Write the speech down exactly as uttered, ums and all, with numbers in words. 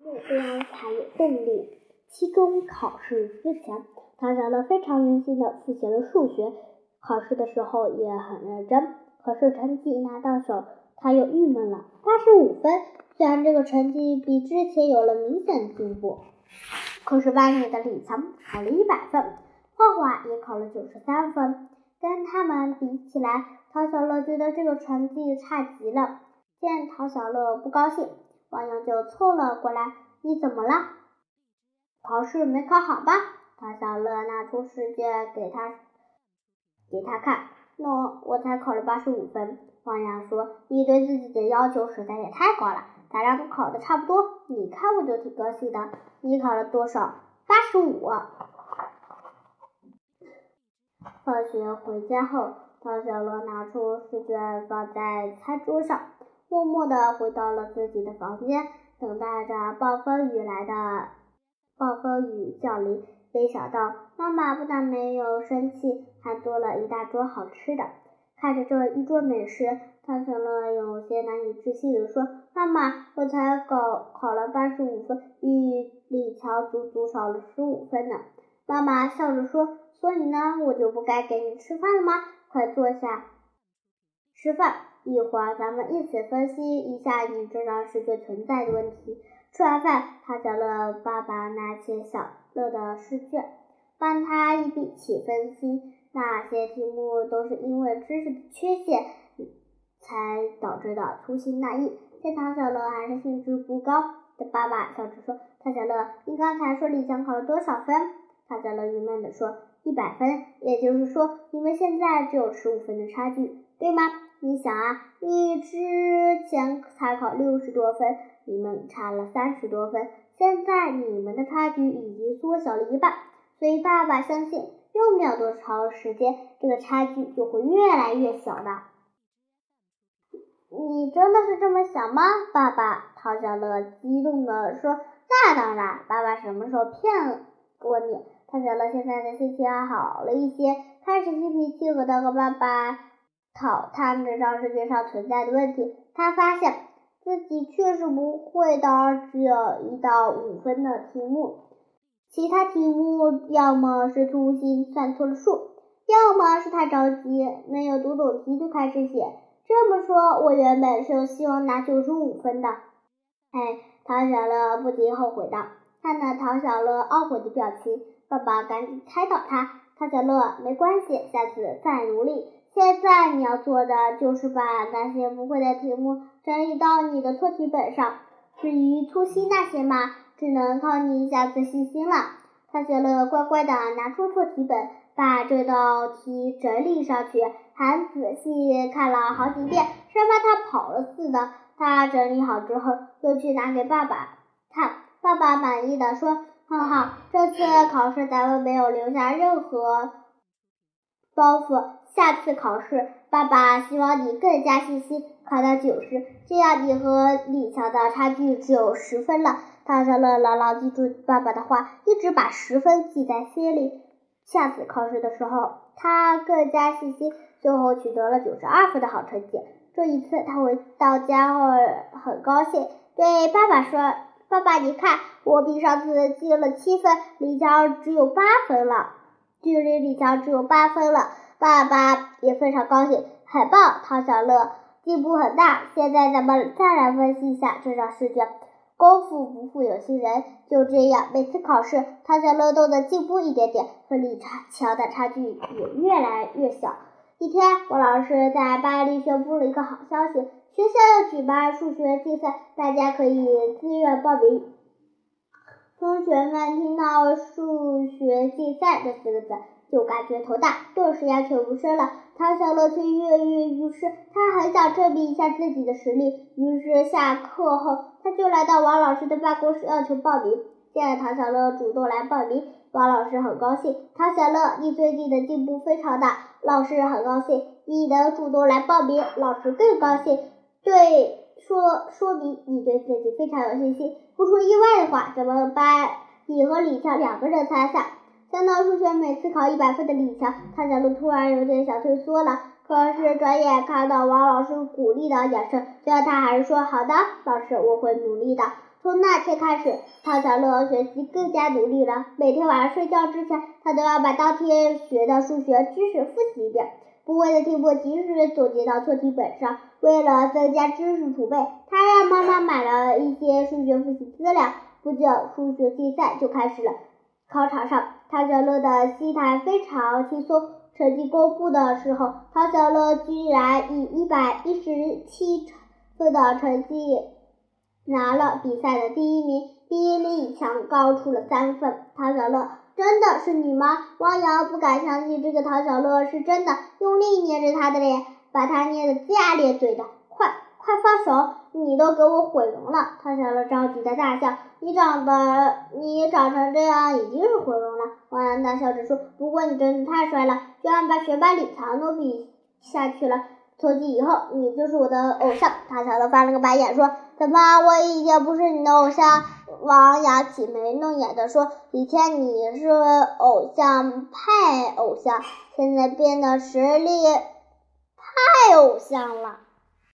目标才有动力。期中考试之前，唐小乐非常用心地复习了数学，考试的时候也很认真。可是成绩拿到手，他又郁闷了。八十五分，虽然这个成绩比之前有了明显的进步，可是班里的李强考了一百分，画画也考了九十三分，跟他们比起来，陶小乐觉得这个成绩差极了。见陶小乐不高兴，王阳就凑了过来：“你怎么了？考试没考好吧？”陶小乐拿出试卷给他给他看，喏，我才考了八十五分。王阳说：“你对自己的要求实在也太高了，大家都考的差不多，你看我就挺高兴的。你考了多少？八十五。”放学回家后，陶小乐拿出试卷放在餐桌上，默默地回到了自己的房间，等待着暴风雨来的暴风雨降临。没想到妈妈不但没有生气，还做了一大桌好吃的。看着这一桌美食，陶小乐有些难以置信地说：“妈妈，我才考考了八十五分，比李强足足少了十五分呢。”妈妈笑着说：“所以呢，我就不该给你吃饭了吗？快坐下吃饭，一会儿咱们一起分析一下你这张试卷存在的问题。”吃完饭，陶小乐爸爸拿起小乐的试卷，帮他一笔起分析。那些题目都是因为知识的缺陷才导致的粗心大意。见陶小乐还是兴致不高的爸爸笑着说：“陶小乐，你刚才说李强考了多少分？”陶小乐郁闷地说：“一百分，也就是说你们现在只有十五分的差距，对吗？你想啊，你之前才考六十多分，你们差了三十多分，现在你们的差距已经缩小了一半，所以爸爸相信用不了多长时间，这个差距就会越来越小的。”“你真的是这么想吗？”爸爸，陶小乐激动地说。“那当然，爸爸什么时候骗过你？”陶小乐现在的心情好了一些，开始心平气和地和爸爸讨谈这张试卷上存在的问题。他发现自己确实不会的只有一到五分的题目，其他题目要么是粗心算错了数，要么是太着急没有读懂题就开始写。这么说，我原本是有希望拿九十五分的。哎，陶小乐不禁后悔道。看到陶小乐懊悔的表情，爸爸赶紧开导他：“陶小乐，没关系，下次再努力。现在你要做的就是把那些不会的题目整理到你的错题本上，至于粗心那些嘛，只能靠你下次细心了。”陶小乐乖乖地拿出错题本，把这道题整理上去，还仔细看了好几遍，生怕他跑了似的。他整理好之后，又去拿给爸爸看。爸爸满意的说：“很好，这次考试咱们没有留下任何包袱，下次考试爸爸希望你更加细心，考到九十，这样你和李强的差距只有十分了。”陶小乐牢牢记住爸爸的话，一直把十分记在心里。下次考试的时候，他更加细心，最后取得了九十二分的好成绩。这一次他回到家后很高兴，对爸爸说：“爸爸，你看，我比上次记了七分，李强只有八分了，距离李强只有八分了。”爸爸也非常高兴，很棒，陶小乐进步很大。现在咱们再来分析一下这张试卷。功夫不负有心人，就这样，每次考试，陶小乐都能进步一点点，和李强的差距也越来越小。一天，王老师在班里宣布了一个好消息，学校要举办数学竞赛，大家可以自愿报名。同学们听到数学竞赛这四个字，就感觉头大，顿时鸦雀无声了。陶小乐却跃跃欲试，他很想证明一下自己的实力，于是下课后，他就来到王老师的办公室要求报名。见陶小乐主动来报名，王老师很高兴。陶小乐，你最近的进步非常大，老师很高兴。你能主动来报名，老师更高兴。对，说说明你对自己非常有信心。不出意外的话，咱们班你和李强两个人参赛。想到数学每次考一百分的李强，陶小乐突然有点想退缩了。可是转眼看到王老师鼓励的眼神，虽然他还是说：“好的，老师，我会努力的。” 从那天开始，唐小乐学习更加努力了。每天晚上睡觉之前，他都要把当天学的数学知识复习一遍。不会的题目及时总结到错题本上。为了增加知识储备，他让妈妈买了一些数学复习资料。不久，数学竞赛就开始了。考场上，唐小乐的心态非常轻松。成绩公布的时候，唐小乐居然以一百一十七分的成绩拿了比赛的第一名，比李强高出了三分。唐小乐，真的是你吗？汪洋不敢相信这个唐小乐是真的，用力捏着他的脸，把他捏得龇牙咧嘴的。快快放手，你都给我毁容了！唐小乐着急的大笑，你长得你长成这样已经是毁容了。汪洋大笑着说，不过你真的太帅了，居然把学霸李强都比下去了。从今以后，你就是我的偶像。唐小乐翻了个白眼说，怎么我已经不是你的偶像？汪洋挤眉弄眼的说，以前你是偶像派偶像，现在变得实力派偶像了。